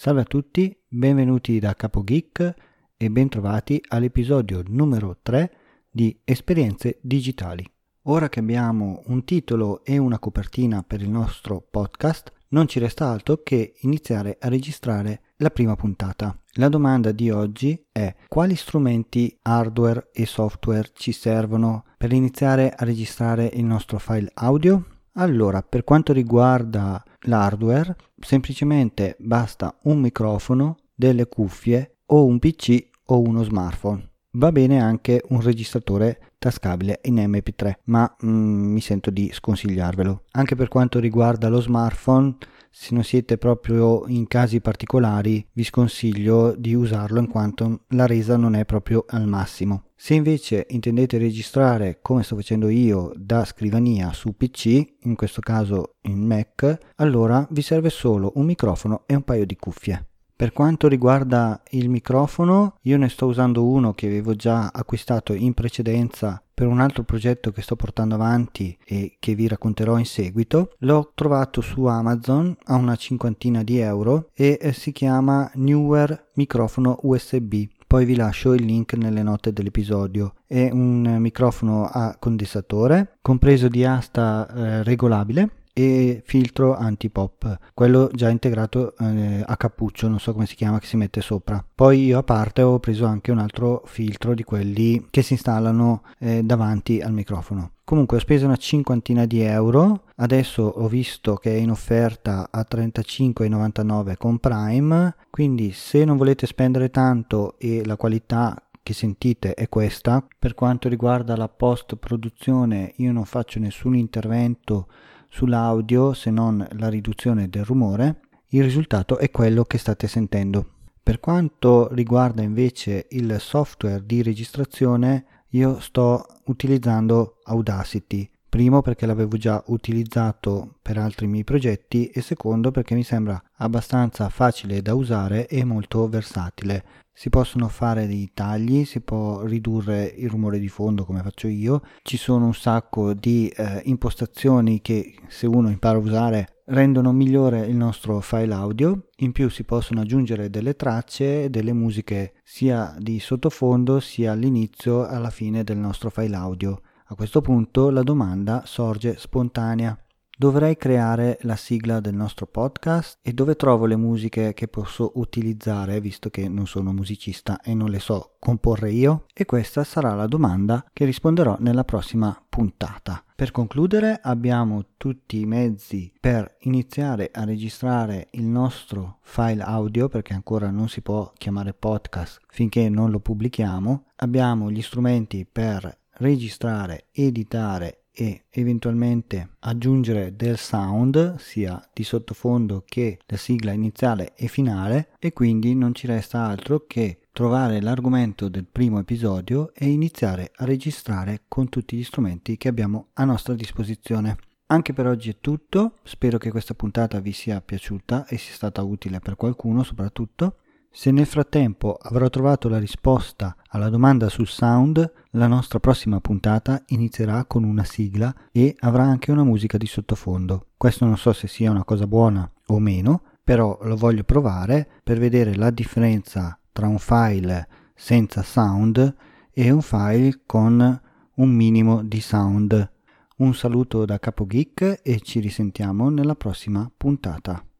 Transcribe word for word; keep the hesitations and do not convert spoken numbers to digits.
Salve a tutti, benvenuti da Capo Geek e bentrovati all'episodio numero tre di Esperienze Digitali. Ora che abbiamo un titolo e una copertina per il nostro podcast, non ci resta altro che iniziare a registrare la prima puntata. La domanda di oggi è: quali strumenti hardware e software ci servono per iniziare a registrare il nostro file audio? Allora, per quanto riguarda l'hardware, semplicemente basta un microfono, delle cuffie o un P C o uno smartphone. Va bene anche un registratore tascabile in M P tre, ma mm, mi sento di sconsigliarvelo. Anche per quanto riguarda lo smartphone, se non siete proprio in casi particolari, vi sconsiglio di usarlo in quanto la resa non è proprio al massimo. Se invece intendete registrare, come sto facendo io, da scrivania su P C, in questo caso in Mac, allora vi serve solo un microfono e un paio di cuffie. Per quanto riguarda il microfono, io ne sto usando uno che avevo già acquistato in precedenza per un altro progetto che sto portando avanti e che vi racconterò in seguito. L'ho trovato su Amazon a una cinquantina di euro e si chiama Neewer microfono U S B. Poi vi lascio il link nelle note dell'episodio. È un microfono a condensatore, compreso di asta eh, regolabile e filtro anti-pop, quello già integrato eh, a cappuccio, non so come si chiama, che si mette sopra. Poi io a parte ho preso anche un altro filtro di quelli che si installano eh, davanti al microfono. Comunque ho speso una cinquantina di euro, adesso ho visto che è in offerta a trentacinque virgola novantanove con Prime, quindi se non volete spendere tanto e la qualità che sentite è questa. Per quanto riguarda la post produzione, io non faccio nessun intervento sull'audio se non la riduzione del rumore. Il risultato è quello che state sentendo. Per quanto riguarda invece il software di registrazione, io sto utilizzando Audacity. Primo perché l'avevo già utilizzato per altri miei progetti e secondo perché mi sembra abbastanza facile da usare e molto versatile. Si possono fare dei tagli, si può ridurre il rumore di fondo come faccio io, ci sono un sacco di eh, impostazioni che, se uno impara a usare, rendono migliore il nostro file audio. In più si possono aggiungere delle tracce, delle musiche sia di sottofondo sia all'inizio e alla fine del nostro file audio. A questo punto la domanda sorge spontanea: dovrei creare la sigla del nostro podcast e dove trovo le musiche che posso utilizzare, visto che non sono musicista e non le so comporre io? E questa sarà la domanda che risponderò nella prossima puntata. Per concludere, abbiamo tutti i mezzi per iniziare a registrare il nostro file audio, perché ancora non si può chiamare podcast finché non lo pubblichiamo. Abbiamo gli strumenti per registrare, editare e eventualmente aggiungere del sound sia di sottofondo che la sigla iniziale e finale, e quindi non ci resta altro che trovare l'argomento del primo episodio e iniziare a registrare con tutti gli strumenti che abbiamo a nostra disposizione. Anche per oggi è tutto, spero che questa puntata vi sia piaciuta e sia stata utile per qualcuno soprattutto. Se nel frattempo avrò trovato la risposta alla domanda sul sound, la nostra prossima puntata inizierà con una sigla e avrà anche una musica di sottofondo. Questo non so se sia una cosa buona o meno, però lo voglio provare per vedere la differenza tra un file senza sound e un file con un minimo di sound. Un saluto da Capo Geek e ci risentiamo nella prossima puntata.